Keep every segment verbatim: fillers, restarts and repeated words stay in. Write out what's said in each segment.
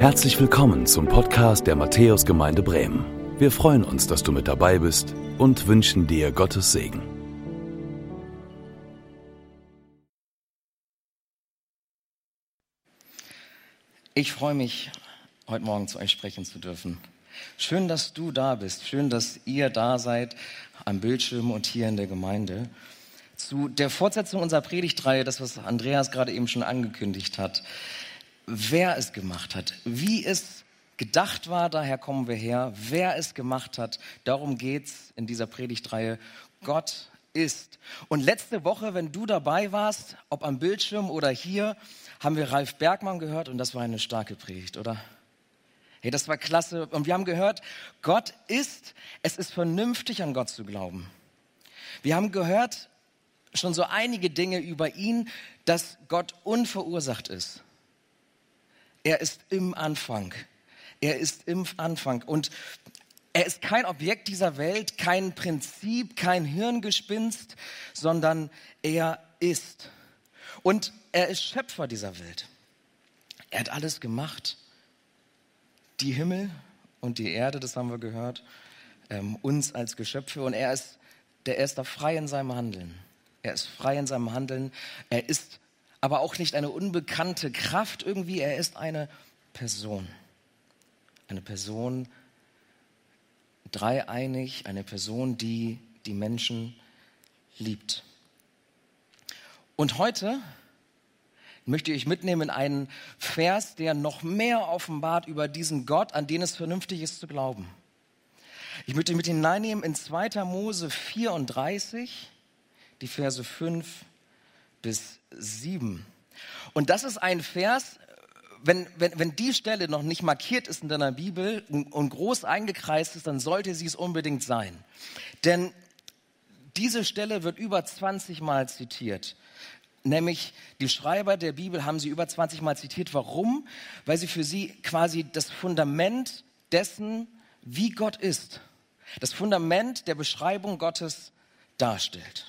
Herzlich willkommen zum Podcast der Matthäusgemeinde Bremen. Wir freuen uns, dass du mit dabei bist und wünschen dir Gottes Segen. Ich freue mich, heute Morgen zu euch sprechen zu dürfen. Schön, dass du da bist. Schön, dass ihr da seid am Bildschirm und hier in der Gemeinde. Zu der Fortsetzung unserer Predigtreihe, das, was Andreas gerade eben schon angekündigt hat. Wer es gemacht hat, wie es gedacht war, daher kommen wir her. Wer es gemacht hat, darum geht's in dieser Predigtreihe. Gott ist. Und letzte Woche, wenn du dabei warst, ob am Bildschirm oder hier, haben wir Ralf Bergmann gehört und das war eine starke Predigt, oder? Hey, das war klasse. Und wir haben gehört, Gott ist, es ist vernünftig, an Gott zu glauben. Wir haben gehört schon so einige Dinge über ihn, dass Gott unverursacht ist. Er ist im Anfang. Er ist im Anfang. Und er ist kein Objekt dieser Welt, kein Prinzip, kein Hirngespinst, sondern er ist. Und er ist Schöpfer dieser Welt. Er hat alles gemacht. Die Himmel und die Erde, das haben wir gehört, ähm, uns als Geschöpfe. Und er ist, der er ist da frei in seinem Handeln. Er ist frei in seinem Handeln. Er ist aber auch nicht eine unbekannte Kraft irgendwie. Er ist eine Person. Eine Person, dreieinig, eine Person, die die Menschen liebt. Und heute möchte ich mitnehmen in einen Vers, der noch mehr offenbart über diesen Gott, an den es vernünftig ist zu glauben. Ich möchte mit hineinnehmen in zweiter Mose vierunddreißig, die Verse fünf bis sieben. Und das ist ein Vers, wenn, wenn, wenn die Stelle noch nicht markiert ist in deiner Bibel und groß eingekreist ist, dann sollte sie es unbedingt sein. Denn diese Stelle wird über zwanzig Mal zitiert. Nämlich die Schreiber der Bibel haben sie über zwanzig Mal zitiert. Warum? Weil sie für sie quasi das Fundament dessen, wie Gott ist, das Fundament der Beschreibung Gottes darstellt.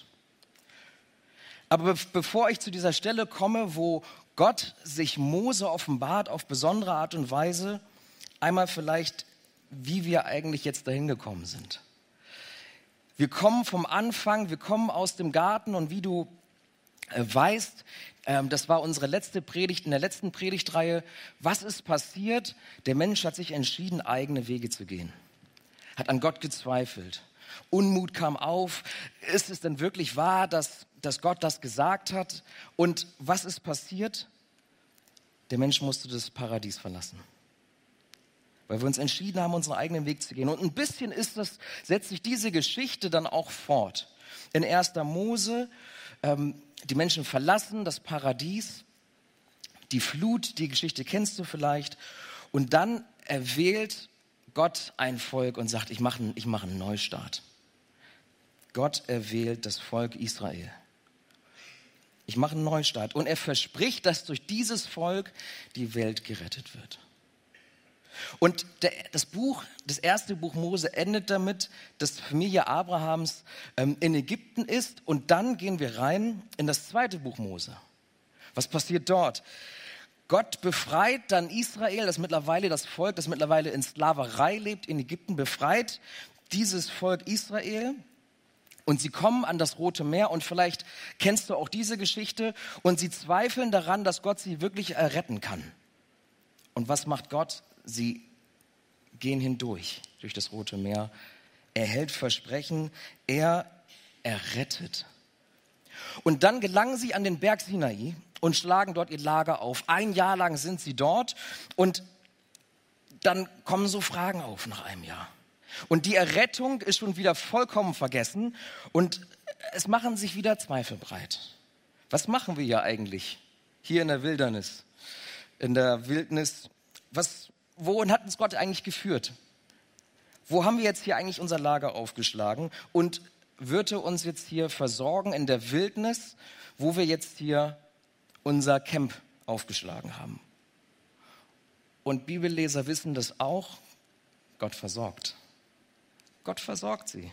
Aber be- bevor ich zu dieser Stelle komme, wo Gott sich Mose offenbart auf besondere Art und Weise, einmal vielleicht, wie wir eigentlich jetzt dahin gekommen sind. Wir kommen vom Anfang, wir kommen aus dem Garten und wie du äh, weißt, äh, das war unsere letzte Predigt in der letzten Predigtreihe. Was ist passiert? Der Mensch hat sich entschieden, eigene Wege zu gehen, hat an Gott gezweifelt. Unmut kam auf. Ist es denn wirklich wahr, dass, dass Gott das gesagt hat? Und was ist passiert? Der Mensch musste das Paradies verlassen, weil wir uns entschieden haben, unseren eigenen Weg zu gehen. Und ein bisschen ist das, setzt sich diese Geschichte dann auch fort. In erster Mose, ähm, die Menschen verlassen das Paradies, die Flut, die Geschichte kennst du vielleicht. Und dann erwählt Gott ein Volk und sagt, ich mache ich mache einen Neustart. Gott erwählt das Volk Israel. Ich mache einen Neustart. Und er verspricht, dass durch dieses Volk die Welt gerettet wird. Und der, das Buch, das erste Buch Mose endet damit, dass die Familie Abrahams ähm, in Ägypten ist. Und dann gehen wir rein in das zweite Buch Mose. Was passiert dort? Gott befreit dann Israel, das mittlerweile das Volk, das mittlerweile in Sklaverei lebt, in Ägypten, befreit dieses Volk Israel. Und sie kommen an das Rote Meer und vielleicht kennst du auch diese Geschichte. Und sie zweifeln daran, dass Gott sie wirklich retten kann. Und was macht Gott? Sie gehen hindurch, durch das Rote Meer. Er hält Versprechen, er errettet. Und dann gelangen sie an den Berg Sinai und schlagen dort ihr Lager auf. Ein Jahr lang sind sie dort und dann kommen so Fragen auf nach einem Jahr. Und die Errettung ist schon wieder vollkommen vergessen und es machen sich wieder Zweifel breit. Was machen wir hier eigentlich hier in der Wildnis? In der Wildnis, was, wohin hat uns Gott eigentlich geführt? Wo haben wir jetzt hier eigentlich unser Lager aufgeschlagen? Und wird er uns jetzt hier versorgen in der Wildnis, wo wir jetzt hier unser Camp aufgeschlagen haben? Und Bibelleser wissen das auch, Gott versorgt. Gott versorgt sie.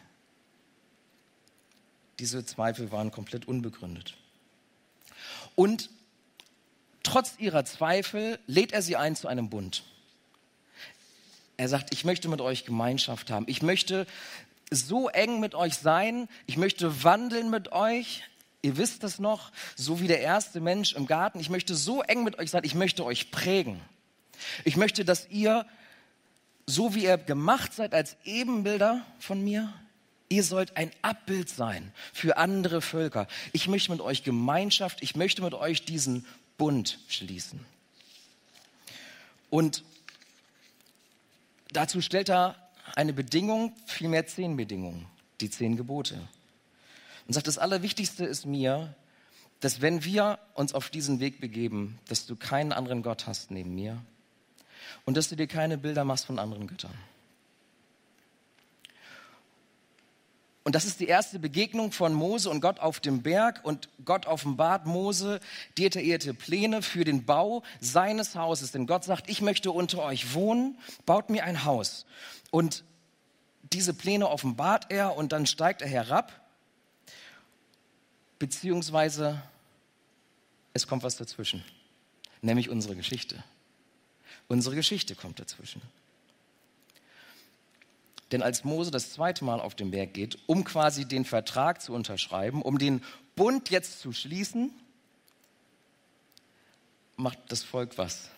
Diese Zweifel waren komplett unbegründet. Und trotz ihrer Zweifel lädt er sie ein zu einem Bund. Er sagt, ich möchte mit euch Gemeinschaft haben. Ich möchte so eng mit euch sein. Ich möchte wandeln mit euch. Ihr wisst das noch, so wie der erste Mensch im Garten. Ich möchte so eng mit euch sein. Ich möchte euch prägen. Ich möchte, dass ihr, so wie ihr gemacht seid als Ebenbilder von mir, ihr sollt ein Abbild sein für andere Völker. Ich möchte mit euch Gemeinschaft, ich möchte mit euch diesen Bund schließen. Und dazu stellt er eine Bedingung, vielmehr zehn Bedingungen, die zehn Gebote. Und sagt, das Allerwichtigste ist mir, dass wenn wir uns auf diesen Weg begeben, dass du keinen anderen Gott hast neben mir und dass du dir keine Bilder machst von anderen Göttern. Und das ist die erste Begegnung von Mose und Gott auf dem Berg. Und Gott offenbart Mose detaillierte Pläne für den Bau seines Hauses. Denn Gott sagt, ich möchte unter euch wohnen, baut mir ein Haus. Und diese Pläne offenbart er und dann steigt er herab. Beziehungsweise es kommt was dazwischen, nämlich unsere Geschichte. Unsere Geschichte kommt dazwischen. Denn als Mose das zweite Mal auf den Berg geht, um quasi den Vertrag zu unterschreiben, um den Bund jetzt zu schließen, macht das Volk was?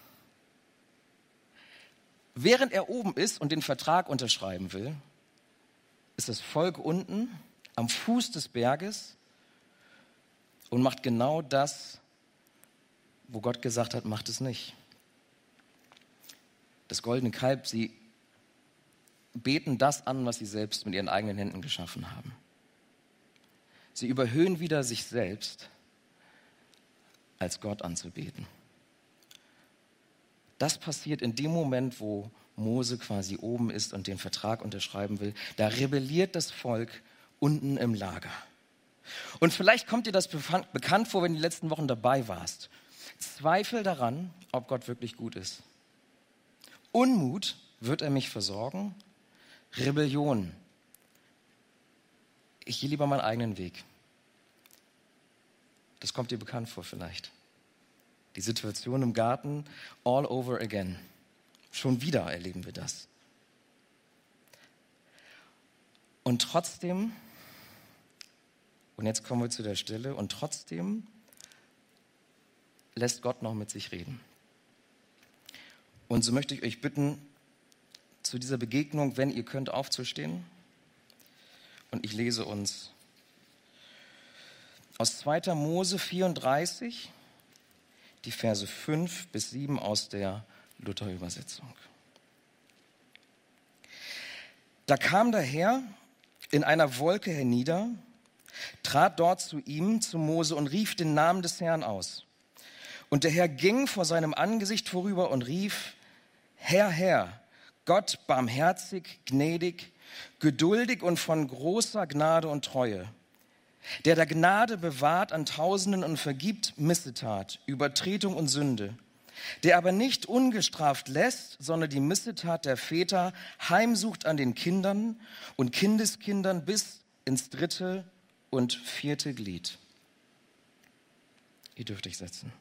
Während er oben ist und den Vertrag unterschreiben will, ist das Volk unten am Fuß des Berges und macht genau das, wo Gott gesagt hat, macht es nicht. Das goldene Kalb, sie beten das an, was sie selbst mit ihren eigenen Händen geschaffen haben. Sie überhöhen wieder sich selbst, als Gott anzubeten. Das passiert in dem Moment, wo Mose quasi oben ist und den Vertrag unterschreiben will. Da rebelliert das Volk unten im Lager. Und vielleicht kommt dir das bekannt vor, wenn du die letzten Wochen dabei warst. Zweifel daran, ob Gott wirklich gut ist. Unmut, wird er mich versorgen? Rebellion. Ich gehe lieber meinen eigenen Weg. Das kommt dir bekannt vor vielleicht. Die Situation im Garten, all over again. Schon wieder erleben wir das. Und trotzdem, und jetzt kommen wir zu der Stelle, und trotzdem lässt Gott noch mit sich reden. Und so möchte ich euch bitten, zu dieser Begegnung, wenn ihr könnt, aufzustehen. Und ich lese uns aus zweiter Mose vierunddreißig, die Verse fünf bis sieben aus der Luther-Übersetzung. Da kam der Herr in einer Wolke hernieder, trat dort zu ihm, zu Mose, und rief den Namen des Herrn aus. Und der Herr ging vor seinem Angesicht vorüber und rief, Herr, Herr, Gott barmherzig, gnädig, geduldig und von großer Gnade und Treue, der der Gnade bewahrt an Tausenden und vergibt Missetat, Übertretung und Sünde, der aber nicht ungestraft lässt, sondern die Missetat der Väter heimsucht an den Kindern und Kindeskindern bis ins dritte und vierte Glied. Ihr dürft euch setzen.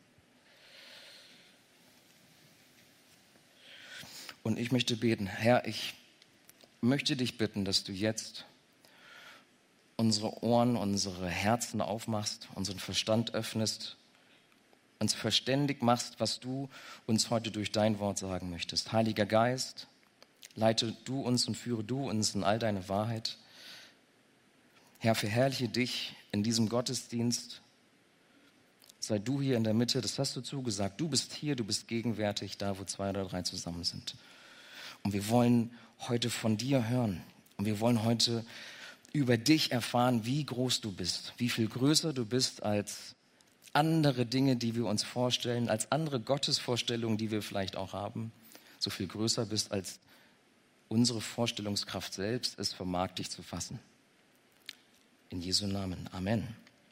Und ich möchte beten, Herr, ich möchte dich bitten, dass du jetzt unsere Ohren, unsere Herzen aufmachst, unseren Verstand öffnest, uns verständig machst, was du uns heute durch dein Wort sagen möchtest. Heiliger Geist, leite du uns und führe du uns in all deine Wahrheit. Herr, verherrliche dich in diesem Gottesdienst. Sei du hier in der Mitte, das hast du zugesagt. Du bist hier, du bist gegenwärtig, da wo zwei oder drei zusammen sind. Und wir wollen heute von dir hören. Und wir wollen heute über dich erfahren, wie groß du bist, wie viel größer du bist als andere Dinge, die wir uns vorstellen, als andere Gottesvorstellungen, die wir vielleicht auch haben. So viel größer bist, als unsere Vorstellungskraft selbst es vermag, dich zu fassen. In Jesu Namen. Amen.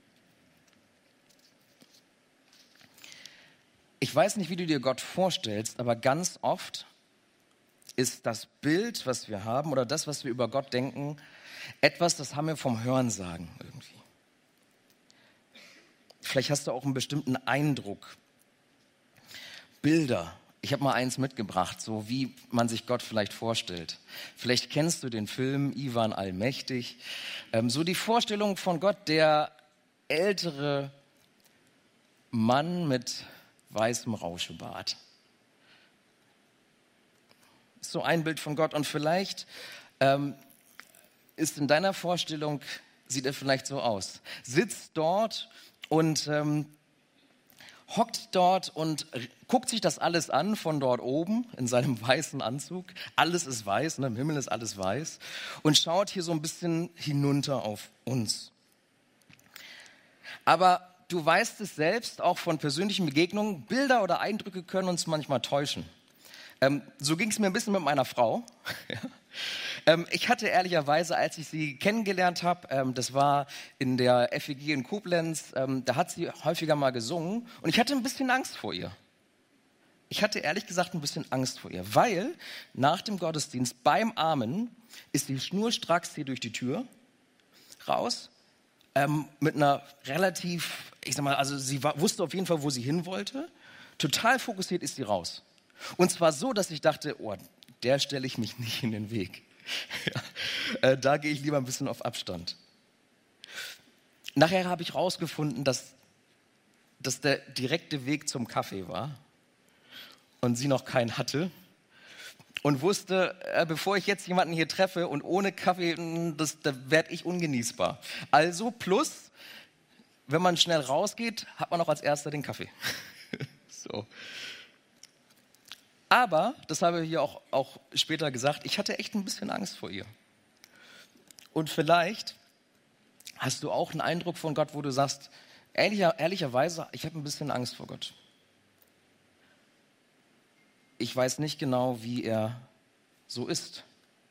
Ich weiß nicht, wie du dir Gott vorstellst, aber ganz oft ist das Bild, was wir haben, oder das, was wir über Gott denken, etwas, das haben wir vom Hörensagen irgendwie. Vielleicht hast du auch einen bestimmten Eindruck, Bilder Ich habe mal eins mitgebracht, so wie man sich Gott vielleicht vorstellt. Vielleicht kennst du den Film Ivan Allmächtig. Ähm, so die Vorstellung von Gott, der ältere Mann mit weißem Rauschebart. Ist so ein Bild von Gott. Und vielleicht ähm, ist in deiner Vorstellung, sieht er vielleicht so aus. Sitzt dort und ähm, hockt dort und guckt sich das alles an von dort oben in seinem weißen Anzug. Alles ist weiß, ne? Im Himmel ist alles weiß. Und schaut hier so ein bisschen hinunter auf uns. Aber du weißt es selbst, auch von persönlichen Begegnungen, Bilder oder Eindrücke können uns manchmal täuschen. Ähm, so ging es mir ein bisschen mit meiner Frau. ähm, ich hatte ehrlicherweise, als ich sie kennengelernt habe, ähm, das war in der F E G in Koblenz, ähm, da hat sie häufiger mal gesungen und ich hatte ein bisschen Angst vor ihr. Ich hatte ehrlich gesagt ein bisschen Angst vor ihr, weil nach dem Gottesdienst beim Amen ist sie schnurstracks hier durch die Tür raus, ähm, mit einer relativ, ich sag mal, also sie war, wusste auf jeden Fall, wo sie hin wollte, total fokussiert ist sie raus. Und zwar so, dass ich dachte, oh, der stelle ich mich nicht in den Weg. ja, äh, da gehe ich lieber ein bisschen auf Abstand. Nachher habe ich herausgefunden, dass das der direkte Weg zum Kaffee war und sie noch keinen hatte. Und wusste, äh, bevor ich jetzt jemanden hier treffe und ohne Kaffee, das, da werde ich ungenießbar. Also plus, wenn man schnell rausgeht, hat man auch als Erster den Kaffee. so. Aber, das habe ich hier auch, auch später gesagt, ich hatte echt ein bisschen Angst vor ihr. Und vielleicht hast du auch einen Eindruck von Gott, wo du sagst, ehrlicher, ehrlicherweise, ich habe ein bisschen Angst vor Gott. Ich weiß nicht genau, wie er so ist.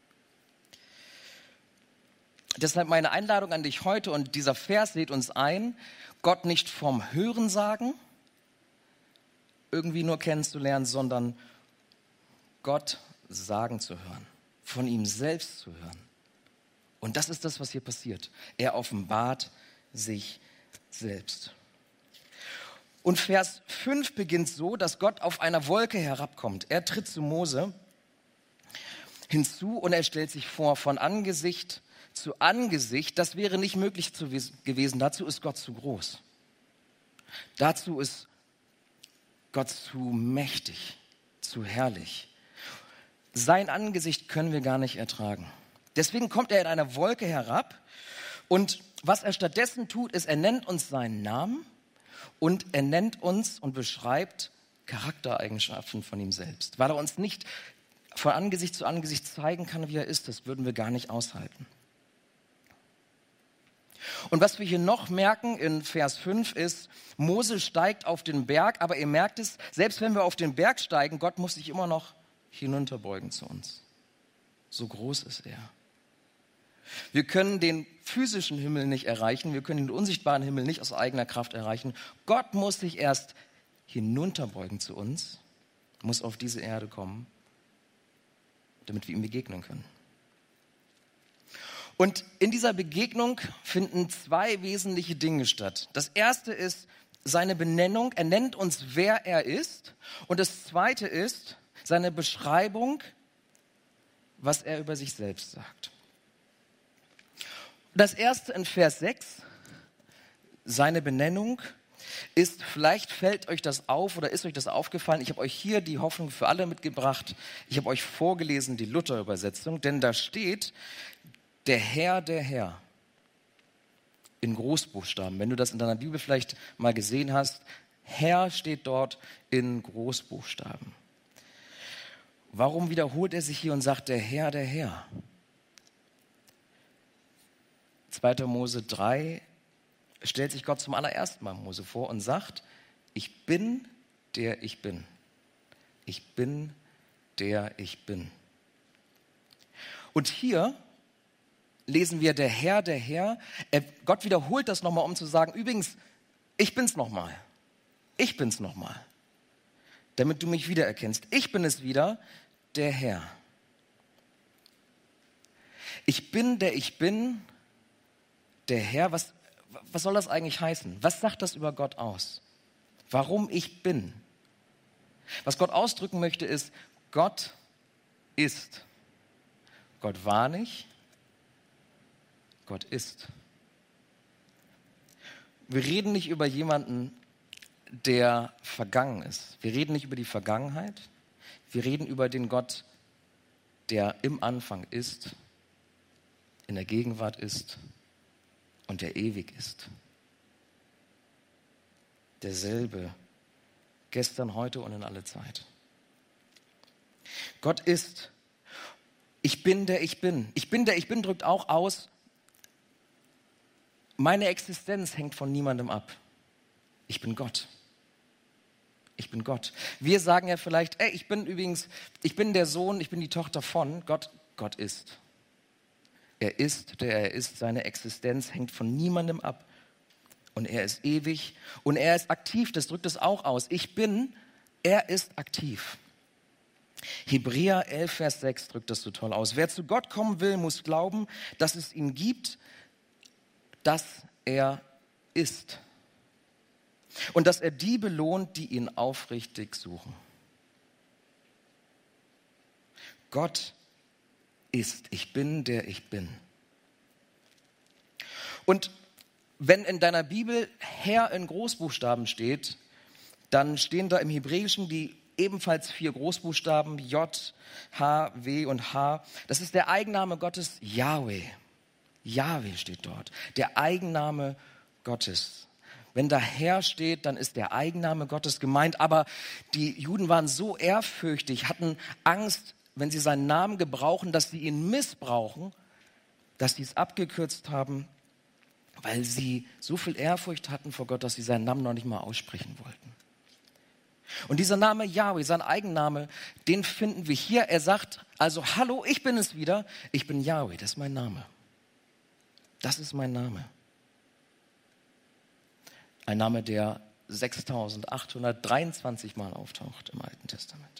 Deshalb meine Einladung an dich heute, und dieser Vers lädt uns ein, Gott nicht vom Hörensagen irgendwie nur kennenzulernen, sondern Gott sagen zu hören, von ihm selbst zu hören. Und das ist das, was hier passiert. Er offenbart sich selbst. Und Vers fünf beginnt so, dass Gott auf einer Wolke herabkommt. Er tritt zu Mose hinzu und er stellt sich vor, von Angesicht zu Angesicht. Das wäre nicht möglich gewesen. Dazu ist Gott zu groß. Dazu ist Gott zu mächtig, zu herrlich. Sein Angesicht können wir gar nicht ertragen. Deswegen kommt er in einer Wolke herab und was er stattdessen tut, ist, er nennt uns seinen Namen und er nennt uns und beschreibt Charaktereigenschaften von ihm selbst. Weil er uns nicht von Angesicht zu Angesicht zeigen kann, wie er ist, das würden wir gar nicht aushalten. Und was wir hier noch merken in Vers fünf ist, Mose steigt auf den Berg, aber ihr merkt es, selbst wenn wir auf den Berg steigen, Gott muss sich immer noch hinunterbeugen zu uns. So groß ist er. Wir können den physischen Himmel nicht erreichen, wir können den unsichtbaren Himmel nicht aus eigener Kraft erreichen. Gott muss sich erst hinunterbeugen zu uns, muss auf diese Erde kommen, damit wir ihm begegnen können. Und in dieser Begegnung finden zwei wesentliche Dinge statt. Das erste ist seine Benennung, er nennt uns, wer er ist. Und das zweite ist seine Beschreibung, was er über sich selbst sagt. Das erste in Vers sechs, seine Benennung, ist, vielleicht fällt euch das auf oder ist euch das aufgefallen, ich habe euch hier die Hoffnung für alle mitgebracht, ich habe euch vorgelesen die Luther-Übersetzung, denn da steht, der Herr, der Herr, in Großbuchstaben. Wenn du das in deiner Bibel vielleicht mal gesehen hast, Herr steht dort in Großbuchstaben. Warum wiederholt er sich hier und sagt, der Herr, der Herr? zweiter Mose drei stellt sich Gott zum allerersten Mal Mose vor und sagt, ich bin, der ich bin. Ich bin, der ich bin. Und hier lesen wir, der Herr, der Herr. Er, Gott wiederholt das nochmal, um zu sagen, übrigens, ich bin's nochmal. Ich bin's nochmal. Damit du mich wiedererkennst. Ich bin es wieder, der Herr. Ich bin, der ich bin, der Herr. Was, was soll das eigentlich heißen? Was sagt das über Gott aus? Warum ich bin? Was Gott ausdrücken möchte, ist, Gott ist. Gott war nicht, Gott ist. Wir reden nicht über jemanden, der vergangen ist. Wir reden nicht über die Vergangenheit. Wir reden über den Gott, der im Anfang ist, in der Gegenwart ist und der ewig ist. Derselbe, gestern, heute und in alle Zeit. Gott ist. Ich bin, der ich bin. Ich bin, der ich bin, drückt auch aus, meine Existenz hängt von niemandem ab. Ich bin Gott. Ich bin Gott. Wir sagen ja vielleicht, ey, ich bin übrigens, ich bin der Sohn, ich bin die Tochter von Gott. Gott ist. Er ist, der er ist. Seine Existenz hängt von niemandem ab. Und er ist ewig und er ist aktiv. Das drückt es auch aus. Ich bin, er ist aktiv. Hebräer elf, Vers sechs drückt das so toll aus. Wer zu Gott kommen will, muss glauben, dass es ihn gibt, dass er ist. Und dass er die belohnt, die ihn aufrichtig suchen. Gott ist. Ich bin, der ich bin. Und wenn in deiner Bibel Herr in Großbuchstaben steht, dann stehen da im Hebräischen die ebenfalls vier Großbuchstaben, J, H, W und H. Das ist der Eigenname Gottes, Yahweh. Yahweh steht dort, der Eigenname Gottes. Wenn da Herr steht, dann ist der Eigenname Gottes gemeint. Aber die Juden waren so ehrfürchtig, hatten Angst, wenn sie seinen Namen gebrauchen, dass sie ihn missbrauchen, dass sie es abgekürzt haben, weil sie so viel Ehrfurcht hatten vor Gott, dass sie seinen Namen noch nicht mal aussprechen wollten. Und dieser Name Yahweh, sein Eigenname, den finden wir hier. Er sagt also, hallo, ich bin es wieder. Ich bin Yahweh, das ist mein Name. Das ist mein Name. Ein Name, der sechstausendachthundertdreiundzwanzig Mal auftaucht im Alten Testament.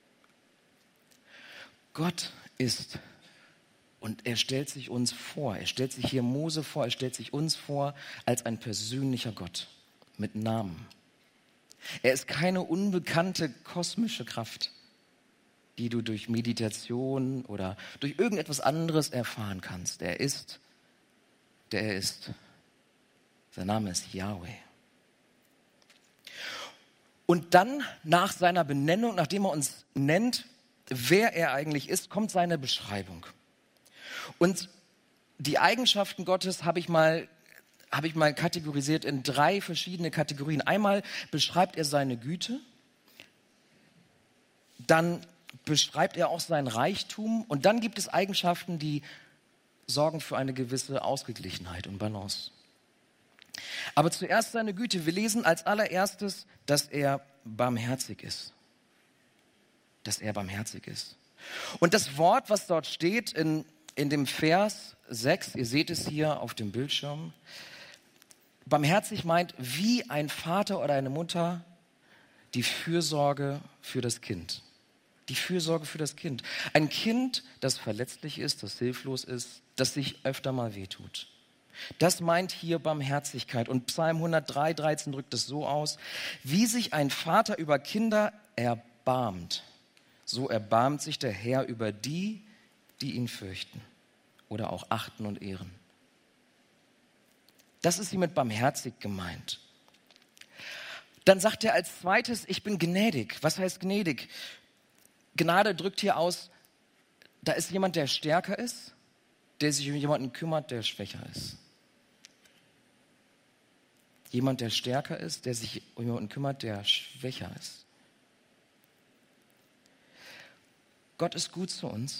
Gott ist, und er stellt sich uns vor, er stellt sich hier Mose vor, er stellt sich uns vor als ein persönlicher Gott mit Namen. Er ist keine unbekannte kosmische Kraft, die du durch Meditation oder durch irgendetwas anderes erfahren kannst. Er ist, der er ist. Sein Name ist Yahweh. Und dann nach seiner Benennung, nachdem er uns nennt, wer er eigentlich ist, kommt seine Beschreibung. Und die Eigenschaften Gottes habe ich mal habe ich mal kategorisiert in drei verschiedene Kategorien. Einmal beschreibt er seine Güte, dann beschreibt er auch seinen Reichtum und dann gibt es Eigenschaften, die sorgen für eine gewisse Ausgeglichenheit und Balance. Aber zuerst seine Güte. Wir lesen als allererstes, dass er barmherzig ist. Dass er barmherzig ist. Und das Wort, was dort steht in, in dem Vers sechs, ihr seht es hier auf dem Bildschirm, barmherzig meint, wie ein Vater oder eine Mutter die Fürsorge für das Kind. Die Fürsorge für das Kind. Ein Kind, das verletzlich ist, das hilflos ist, das sich öfter mal wehtut. Das meint hier Barmherzigkeit. Und Psalm hundertdrei, dreizehn drückt es so aus, wie sich ein Vater über Kinder erbarmt, so erbarmt sich der Herr über die, die ihn fürchten oder auch achten und ehren. Das ist hier mit barmherzig gemeint. Dann sagt er als zweites, ich bin gnädig. Was heißt gnädig? Gnade drückt hier aus, da ist jemand, der stärker ist, der sich um jemanden kümmert, der schwächer ist. Jemand, der stärker ist, der sich um jemanden kümmert, der schwächer ist. Gott ist gut zu uns.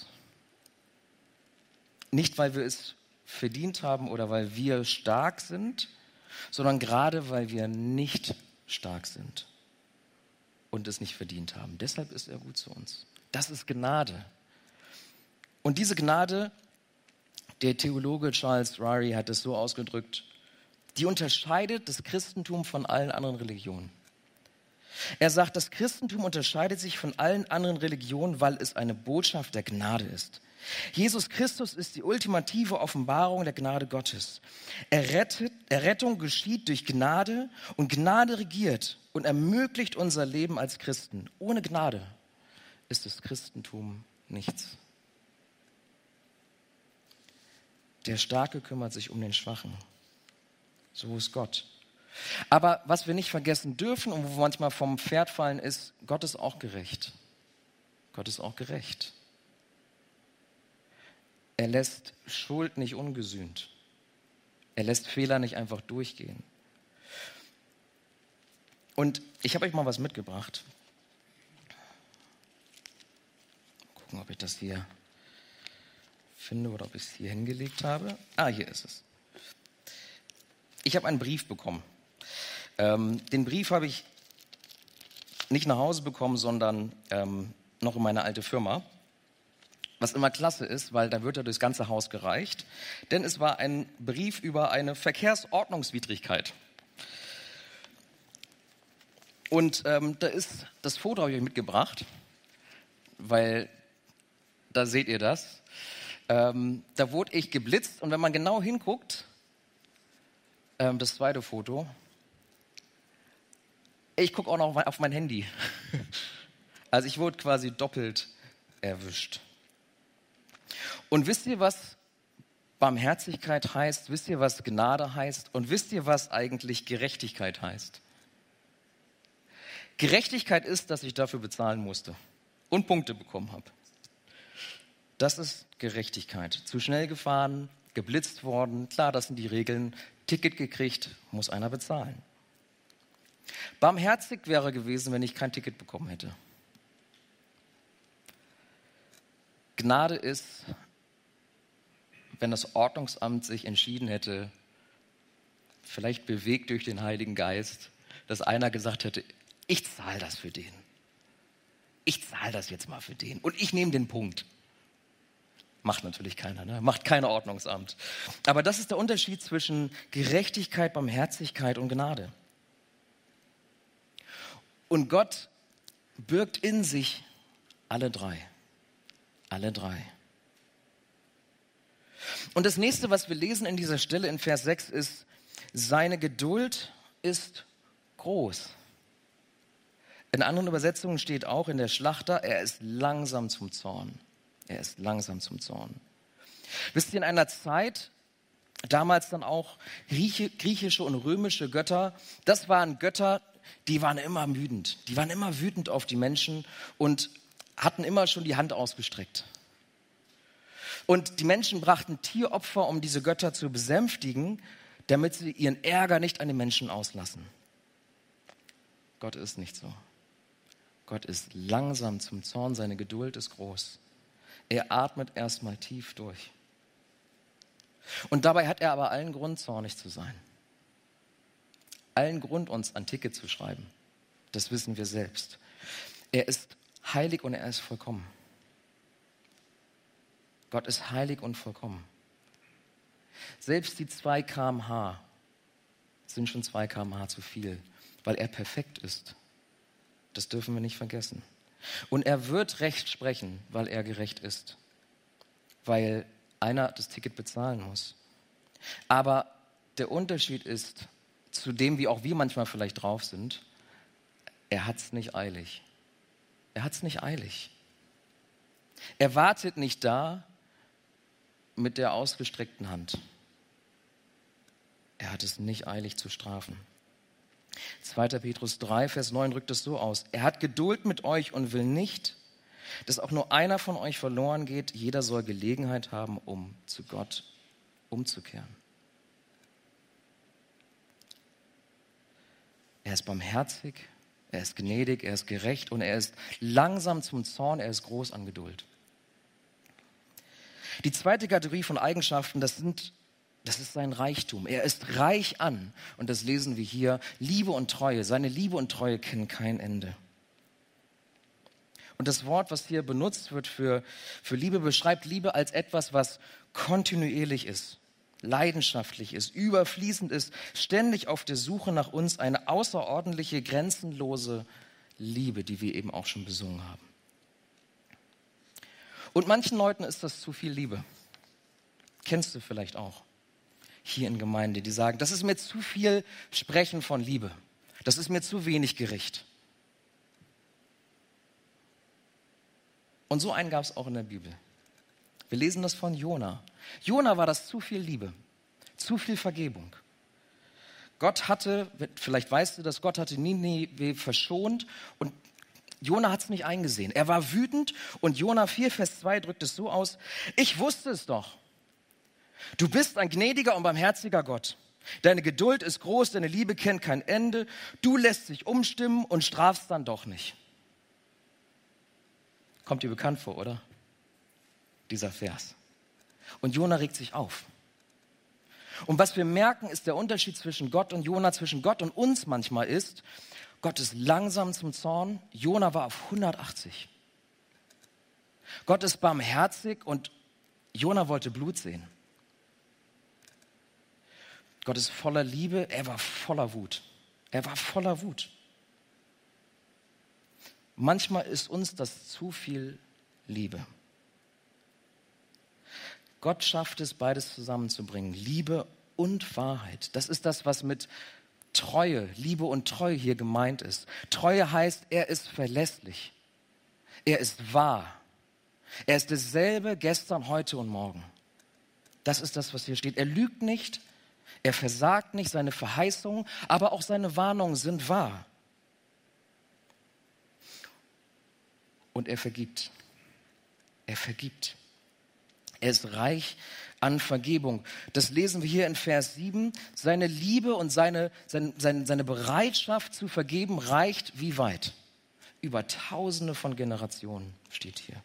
Nicht, weil wir es verdient haben oder weil wir stark sind, sondern gerade, weil wir nicht stark sind und es nicht verdient haben. Deshalb ist er gut zu uns. Das ist Gnade. Und diese Gnade, der Theologe Charles Ryrie hat es so ausgedrückt, die unterscheidet das Christentum von allen anderen Religionen. Er sagt, das Christentum unterscheidet sich von allen anderen Religionen, weil es eine Botschaft der Gnade ist. Jesus Christus ist die ultimative Offenbarung der Gnade Gottes. Errettet, Errettung geschieht durch Gnade und Gnade regiert und ermöglicht unser Leben als Christen. Ohne Gnade ist das Christentum nichts. Der Starke kümmert sich um den Schwachen. So ist Gott. Aber was wir nicht vergessen dürfen und wo wir manchmal vom Pferd fallen, ist, Gott ist auch gerecht. Gott ist auch gerecht. Er lässt Schuld nicht ungesühnt. Er lässt Fehler nicht einfach durchgehen. Und ich habe euch mal was mitgebracht. Mal gucken, ob ich das hier finde oder ob ich es hier hingelegt habe. Ah, hier ist es. Ich habe einen Brief bekommen. Ähm, den Brief habe ich nicht nach Hause bekommen, sondern ähm, noch in meine alte Firma. Was immer klasse ist, weil da wird er durchs ganze Haus gereicht. Denn es war ein Brief über eine Verkehrsordnungswidrigkeit. Und ähm, da ist das Foto, habe ich euch mitgebracht, weil da seht ihr das. Ähm, da wurde ich geblitzt und wenn man genau hinguckt, ähm, das zweite Foto, ich gucke auch noch auf mein Handy. Also ich wurde quasi doppelt erwischt. Und wisst ihr, was Barmherzigkeit heißt? Wisst ihr, was Gnade heißt? Und wisst ihr, was eigentlich Gerechtigkeit heißt? Gerechtigkeit ist, dass ich dafür bezahlen musste und Punkte bekommen habe. Das ist Gerechtigkeit. Zu schnell gefahren, geblitzt worden, klar, das sind die Regeln. Ticket gekriegt, muss einer bezahlen. Barmherzig wäre gewesen, wenn ich kein Ticket bekommen hätte. Gnade ist, wenn das Ordnungsamt sich entschieden hätte, vielleicht bewegt durch den Heiligen Geist, dass einer gesagt hätte, ich zahle das für den. Ich zahle das jetzt mal für den und ich nehme den Punkt. Macht natürlich keiner, ne? Macht kein Ordnungsamt. Aber das ist der Unterschied zwischen Gerechtigkeit, Barmherzigkeit und Gnade. Und Gott birgt in sich alle drei. Alle drei. Und das nächste, was wir lesen in dieser Stelle in Vers sechs ist, seine Geduld ist groß. In anderen Übersetzungen steht auch in der Schlachter, er ist langsam zum Zorn. Er ist langsam zum Zorn. Wisst ihr, in einer Zeit, damals dann auch griechische und römische Götter, das waren Götter, die waren immer wütend. Die waren immer wütend auf die Menschen und hatten immer schon die Hand ausgestreckt. Und die Menschen brachten Tieropfer, um diese Götter zu besänftigen, damit sie ihren Ärger nicht an den Menschen auslassen. Gott ist nicht so. Gott ist langsam zum Zorn, seine Geduld ist groß. Er atmet erstmal tief durch. Und dabei hat er aber allen Grund, zornig zu sein. Allen Grund, uns ein Ticket zu schreiben. Das wissen wir selbst. Er ist heilig und er ist vollkommen. Gott ist heilig und vollkommen. Selbst die zwei Kilometer pro Stunde sind schon zwei Kilometer pro Stunde zu viel, weil er perfekt ist. Das dürfen wir nicht vergessen. Und er wird Recht sprechen, weil er gerecht ist. Weil einer das Ticket bezahlen muss. Aber der Unterschied ist, zu dem, wie auch wir manchmal vielleicht drauf sind, er hat es nicht eilig. Er hat es nicht eilig. Er wartet nicht da mit der ausgestreckten Hand. Er hat es nicht eilig zu strafen. zweiter Petrus drei, Vers neun drückt es so aus. Er hat Geduld mit euch und will nicht, dass auch nur einer von euch verloren geht. Jeder soll Gelegenheit haben, um zu Gott umzukehren. Er ist barmherzig, er ist gnädig, er ist gerecht und er ist langsam zum Zorn, er ist groß an Geduld. Die zweite Kategorie von Eigenschaften, das sind Das ist sein Reichtum. Er ist reich an, und das lesen wir hier, Liebe und Treue. Seine Liebe und Treue kennen kein Ende. Und das Wort, was hier benutzt wird für, für Liebe, beschreibt Liebe als etwas, was kontinuierlich ist, leidenschaftlich ist, überfließend ist, ständig auf der Suche nach uns, eine außerordentliche, grenzenlose Liebe, die wir eben auch schon besungen haben. Und manchen Leuten ist das zu viel Liebe. Kennst du vielleicht auch hier in Gemeinde, die sagen, das ist mir zu viel Sprechen von Liebe. Das ist mir zu wenig Gericht. Und so einen gab es auch in der Bibel. Wir lesen das von Jona. Jona war das zu viel Liebe, zu viel Vergebung. Gott hatte, vielleicht weißt du das, Gott hatte Ninive verschont und Jona hat es nicht eingesehen. Er war wütend und Jona vier, Vers zwei drückt es so aus, ich wusste es doch. Du bist ein gnädiger und barmherziger Gott. Deine Geduld ist groß, deine Liebe kennt kein Ende. Du lässt dich umstimmen und strafst dann doch nicht. Kommt dir bekannt vor, oder? Dieser Vers. Und Jona regt sich auf. Und was wir merken, ist der Unterschied zwischen Gott und Jona, zwischen Gott und uns manchmal ist, Gott ist langsam zum Zorn, Jona war auf hundertachtzig. Gott ist barmherzig und Jona wollte Blut sehen. Gott ist voller Liebe, er war voller Wut. Er war voller Wut. Manchmal ist uns das zu viel Liebe. Gott schafft es, beides zusammenzubringen, Liebe und Wahrheit. Das ist das, was mit Treue, Liebe und Treue hier gemeint ist. Treue heißt, er ist verlässlich. Er ist wahr. Er ist dasselbe gestern, heute und morgen. Das ist das, was hier steht. Er lügt nicht, er versagt nicht, seine Verheißungen, aber auch seine Warnungen sind wahr. Und er vergibt. Er vergibt. Er ist reich an Vergebung. Das lesen wir hier in Vers sieben. Seine Liebe und seine, seine, seine, seine Bereitschaft zu vergeben reicht wie weit? Über Tausende von Generationen steht hier.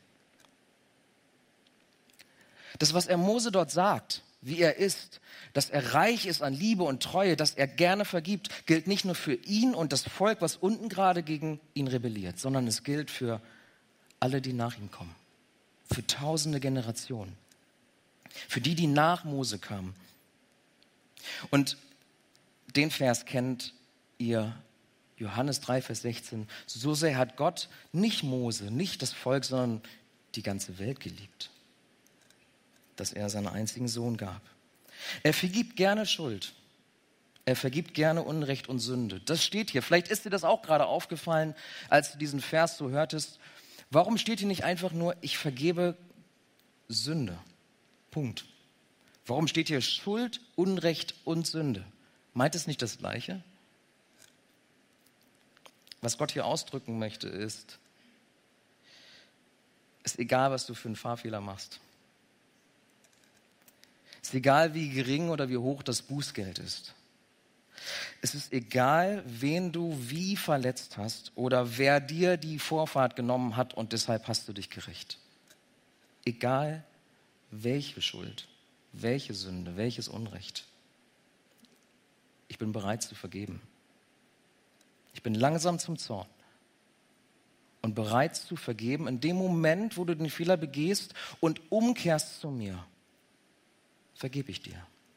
Das, was er Mose dort sagt, wie er ist, dass er reich ist an Liebe und Treue, dass er gerne vergibt, gilt nicht nur für ihn und das Volk, was unten gerade gegen ihn rebelliert, sondern es gilt für alle, die nach ihm kommen. Für tausende Generationen. Für die, die nach Mose kamen. Und den Vers kennt ihr, Johannes drei, Vers sechzehn. So sehr hat Gott nicht Mose, nicht das Volk, sondern die ganze Welt geliebt, dass er seinen einzigen Sohn gab. Er vergibt gerne Schuld. Er vergibt gerne Unrecht und Sünde. Das steht hier. Vielleicht ist dir das auch gerade aufgefallen, als du diesen Vers so hörtest. Warum steht hier nicht einfach nur, ich vergebe Sünde? Punkt. Warum steht hier Schuld, Unrecht und Sünde? Meint es nicht das Gleiche? Was Gott hier ausdrücken möchte, ist, ist egal, was du für einen Fahrfehler machst. Ist egal, wie gering oder wie hoch das Bußgeld ist. Es ist egal, wen du wie verletzt hast oder wer dir die Vorfahrt genommen hat und deshalb hast du dich gerecht. Egal, welche Schuld, welche Sünde, welches Unrecht. Ich bin bereit zu vergeben. Ich bin langsam zum Zorn und bereit zu vergeben in dem Moment, wo du den Fehler begehst und umkehrst zu mir. Vergebe ich dir.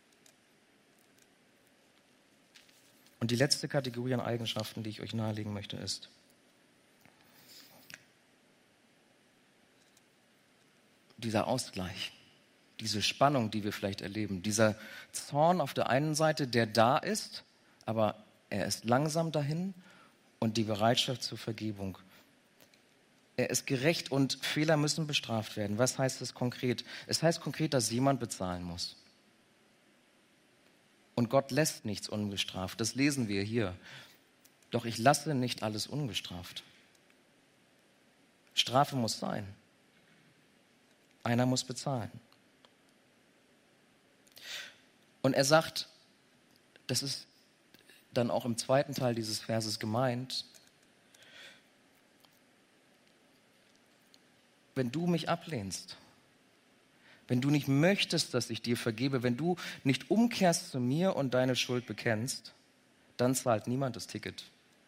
Und die letzte Kategorie an Eigenschaften, die ich euch nahelegen möchte, ist, dieser Ausgleich, diese Spannung, die wir vielleicht erleben, dieser Zorn auf der einen Seite, der da ist, aber er ist langsam dahin und die Bereitschaft zur Vergebung. Er ist gerecht und Fehler müssen bestraft werden. Was heißt das konkret? Es heißt konkret, dass jemand bezahlen muss. Und Gott lässt nichts ungestraft. Das lesen wir hier. Doch ich lasse nicht alles ungestraft. Strafe muss sein. Einer muss bezahlen. Und er sagt, das ist dann auch im zweiten Teil dieses Verses gemeint, wenn du mich ablehnst, wenn du nicht möchtest, dass ich dir vergebe, wenn du nicht umkehrst zu mir und deine Schuld bekennst, dann zahlt niemand das Ticket.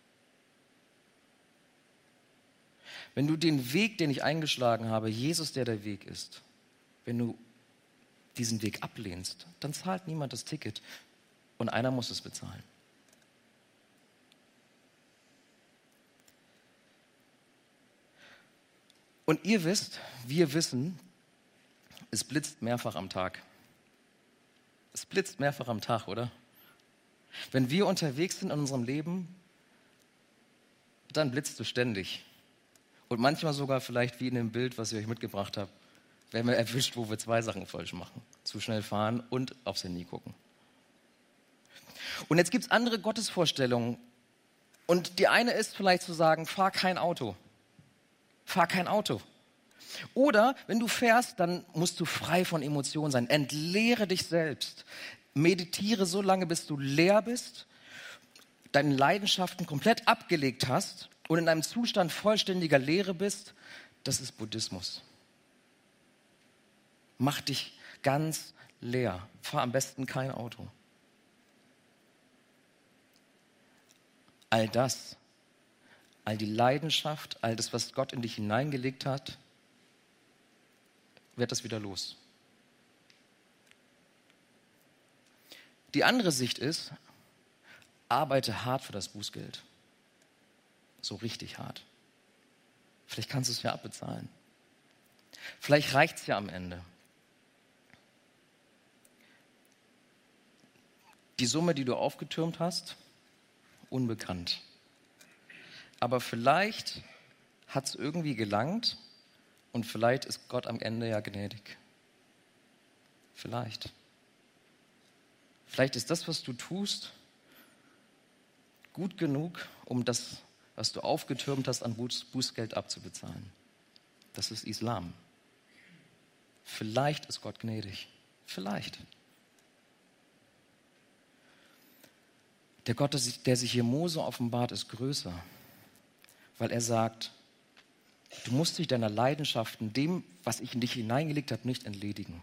Wenn du den Weg, den ich eingeschlagen habe, Jesus, der der Weg ist, wenn du diesen Weg ablehnst, dann zahlt niemand das Ticket und einer muss es bezahlen. Und ihr wisst, wir wissen, es blitzt mehrfach am Tag. Es blitzt mehrfach am Tag, oder? Wenn wir unterwegs sind in unserem Leben, dann blitzt es ständig. Und manchmal sogar vielleicht wie in dem Bild, was ich euch mitgebracht habe, werden wir erwischt, wo wir zwei Sachen falsch machen. Zu schnell fahren und aufs Handy gucken. Und jetzt gibt es andere Gottesvorstellungen. Und die eine ist vielleicht zu sagen, fahr kein Auto. Fahr kein Auto. Oder wenn du fährst, dann musst du frei von Emotionen sein. Entleere dich selbst. Meditiere so lange, bis du leer bist, deine Leidenschaften komplett abgelegt hast und in einem Zustand vollständiger Leere bist. Das ist Buddhismus. Mach dich ganz leer. Fahr am besten kein Auto. All das, all die Leidenschaft, all das, was Gott in dich hineingelegt hat, wird das wieder los. Die andere Sicht ist, arbeite hart für das Bußgeld. So richtig hart. Vielleicht kannst du es ja abbezahlen. Vielleicht reicht es ja am Ende. Die Summe, die du aufgetürmt hast, unbekannt. Aber vielleicht hat es irgendwie gelangt und vielleicht ist Gott am Ende ja gnädig. Vielleicht. Vielleicht ist das, was du tust, gut genug, um das, was du aufgetürmt hast, an Buß- Bußgeld abzubezahlen. Das ist Islam. Vielleicht ist Gott gnädig. Vielleicht. Der Gott, der sich hier Mose offenbart, ist größer, weil er sagt, du musst dich deiner Leidenschaften, dem, was ich in dich hineingelegt habe, nicht entledigen.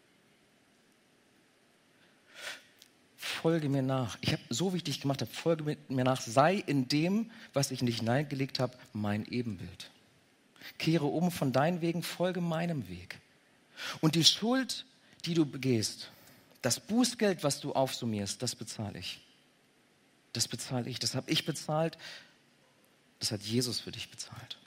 Folge mir nach. Ich habe so wie ich dich gemacht habe, folge mir nach. Sei in dem, was ich in dich hineingelegt habe, mein Ebenbild. Kehre um von deinen Wegen, folge meinem Weg. Und die Schuld, die du begehst, das Bußgeld, was du aufsummierst, das bezahle ich. Das bezahle ich, das habe ich bezahlt, das hat Jesus für dich bezahlt.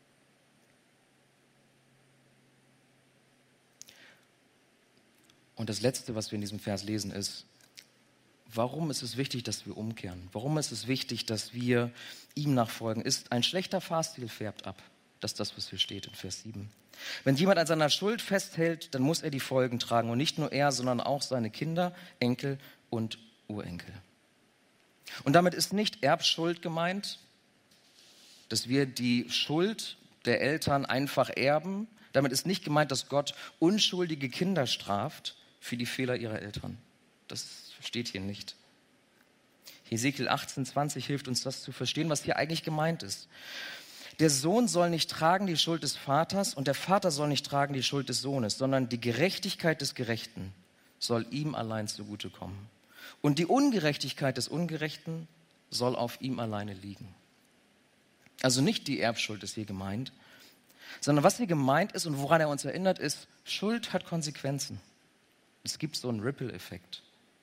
Und das Letzte, was wir in diesem Vers lesen, ist, warum ist es wichtig, dass wir umkehren? Warum ist es wichtig, dass wir ihm nachfolgen? Ist ein schlechter Fahrstil färbt ab. Das ist das, was hier steht in Vers sieben. Wenn jemand an seiner Schuld festhält, dann muss er die Folgen tragen. Und nicht nur er, sondern auch seine Kinder, Enkel und Urenkel. Und damit ist nicht Erbschuld gemeint, dass wir die Schuld der Eltern einfach erben. Damit ist nicht gemeint, dass Gott unschuldige Kinder straft für die Fehler ihrer Eltern. Das steht hier nicht. Hesekiel achtzehn zwanzig hilft uns, das zu verstehen, was hier eigentlich gemeint ist. Der Sohn soll nicht tragen die Schuld des Vaters und der Vater soll nicht tragen die Schuld des Sohnes, sondern die Gerechtigkeit des Gerechten soll ihm allein zugutekommen. Und die Ungerechtigkeit des Ungerechten soll auf ihm alleine liegen. Also nicht die Erbschuld ist hier gemeint, sondern was hier gemeint ist und woran er uns erinnert ist, Schuld hat Konsequenzen. Es gibt so einen Ripple-Effekt.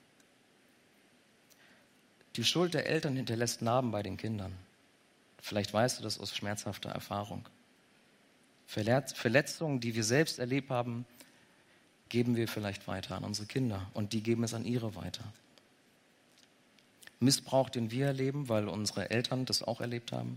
Die Schuld der Eltern hinterlässt Narben bei den Kindern. Vielleicht weißt du das aus schmerzhafter Erfahrung. Verletzungen, die wir selbst erlebt haben, geben wir vielleicht weiter an unsere Kinder und die geben es an ihre weiter. Missbrauch, den wir erleben, weil unsere Eltern das auch erlebt haben.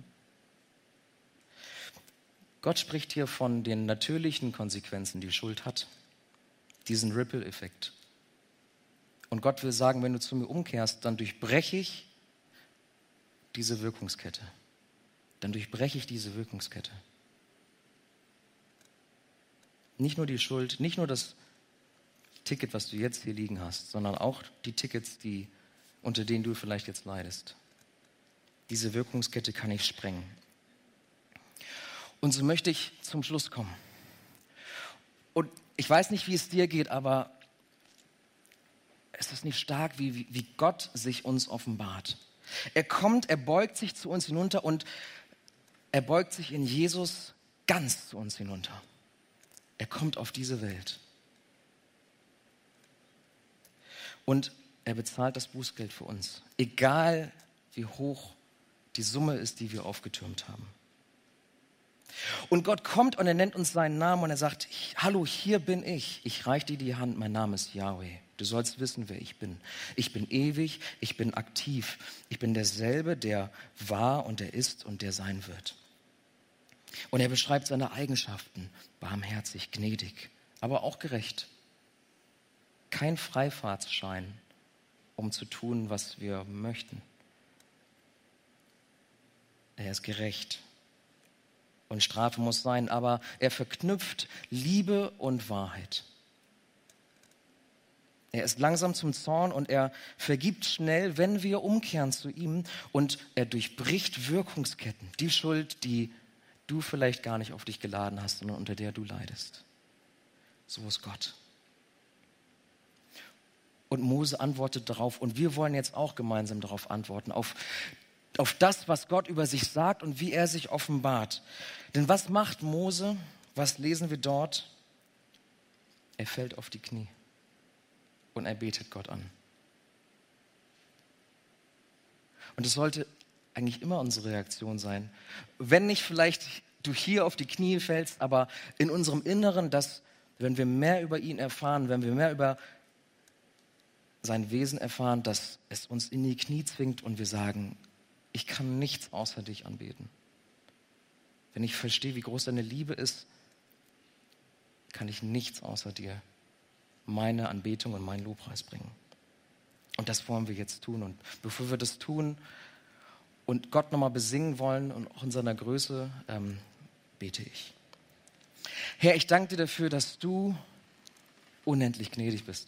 Gott spricht hier von den natürlichen Konsequenzen, die Schuld hat. Diesen Ripple-Effekt. Und Gott will sagen, wenn du zu mir umkehrst, dann durchbreche ich diese Wirkungskette. Dann durchbreche ich diese Wirkungskette. Nicht nur die Schuld, nicht nur das Ticket, was du jetzt hier liegen hast, sondern auch die Tickets, die, unter denen du vielleicht jetzt leidest. Diese Wirkungskette kann ich sprengen. Und so möchte ich zum Schluss kommen. Und ich weiß nicht, wie es dir geht, aber es ist nicht stark, wie, wie, wie Gott sich uns offenbart. Er kommt, er beugt sich zu uns hinunter und er beugt sich in Jesus ganz zu uns hinunter. Er kommt auf diese Welt. Und er bezahlt das Bußgeld für uns. Egal, wie hoch die Summe ist, die wir aufgetürmt haben. Und Gott kommt und er nennt uns seinen Namen und er sagt, hallo, hier bin ich. Ich reiche dir die Hand, mein Name ist Yahweh. Du sollst wissen, wer ich bin. Ich bin ewig, ich bin aktiv. Ich bin derselbe, der war und der ist und der sein wird. Und er beschreibt seine Eigenschaften, barmherzig, gnädig, aber auch gerecht. Kein Freifahrtsschein, um zu tun, was wir möchten. Er ist gerecht. Und Strafe muss sein, aber er verknüpft Liebe und Wahrheit. Er ist langsam zum Zorn und er vergibt schnell, wenn wir umkehren zu ihm. Und er durchbricht Wirkungsketten, die Schuld, die du vielleicht gar nicht auf dich geladen hast, sondern unter der du leidest. So ist Gott. Und Mose antwortet darauf und wir wollen jetzt auch gemeinsam darauf antworten, auf auf das, was Gott über sich sagt und wie er sich offenbart. Denn was macht Mose? Was lesen wir dort? Er fällt auf die Knie und er betet Gott an. Und es sollte eigentlich immer unsere Reaktion sein. Wenn nicht vielleicht du hier auf die Knie fällst, aber in unserem Inneren, dass, wenn wir mehr über ihn erfahren, wenn wir mehr über sein Wesen erfahren, dass es uns in die Knie zwingt und wir sagen, ich kann nichts außer dich anbeten. Wenn ich verstehe, wie groß deine Liebe ist, kann ich nichts außer dir meine Anbetung und meinen Lobpreis bringen. Und das wollen wir jetzt tun. Und bevor wir das tun und Gott nochmal besingen wollen und auch in seiner Größe, ähm, bete ich. Herr, ich danke dir dafür, dass du unendlich gnädig bist.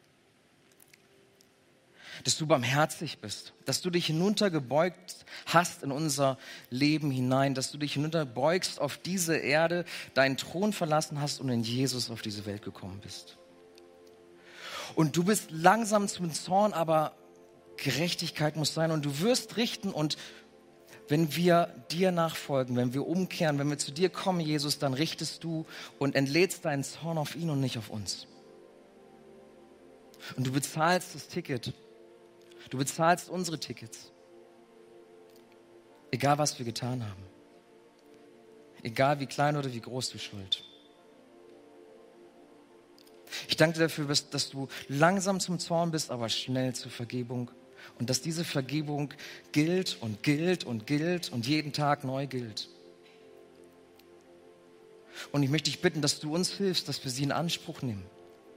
Dass du barmherzig bist, dass du dich hinuntergebeugt hast in unser Leben hinein, dass du dich hinunterbeugst auf diese Erde, deinen Thron verlassen hast und in Jesus auf diese Welt gekommen bist. Und du bist langsam zum Zorn, aber Gerechtigkeit muss sein und du wirst richten und wenn wir dir nachfolgen, wenn wir umkehren, wenn wir zu dir kommen, Jesus, dann richtest du und entlädst deinen Zorn auf ihn und nicht auf uns. Und du bezahlst das Ticket. Du bezahlst unsere Tickets. Egal, was wir getan haben. Egal, wie klein oder wie groß die Schuld. Ich danke dir dafür, dass du langsam zum Zorn bist, aber schnell zur Vergebung. Und dass diese Vergebung gilt und gilt und gilt und jeden Tag neu gilt. Und ich möchte dich bitten, dass du uns hilfst, dass wir sie in Anspruch nehmen.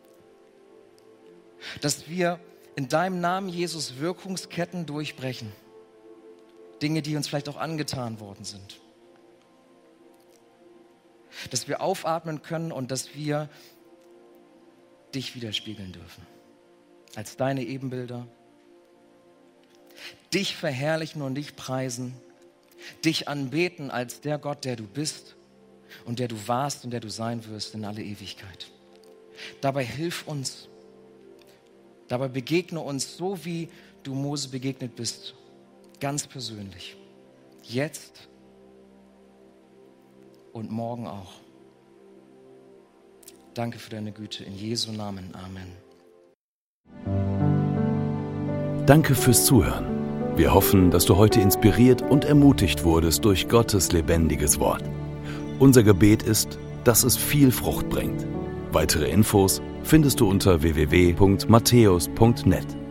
Dass wir in deinem Namen, Jesus, Wirkungsketten durchbrechen. Dinge, die uns vielleicht auch angetan worden sind. Dass wir aufatmen können und dass wir dich widerspiegeln dürfen. Als deine Ebenbilder. Dich verherrlichen und dich preisen. Dich anbeten als der Gott, der du bist und der du warst und der du sein wirst in alle Ewigkeit. Dabei hilf uns. Dabei begegne uns so, wie du Mose begegnet bist, ganz persönlich. Jetzt und morgen auch. Danke für deine Güte. In Jesu Namen. Amen. Danke fürs Zuhören. Wir hoffen, dass du heute inspiriert und ermutigt wurdest durch Gottes lebendiges Wort. Unser Gebet ist, dass es viel Frucht bringt. Weitere Infos findest du unter w w w punkt matthäus punkt net.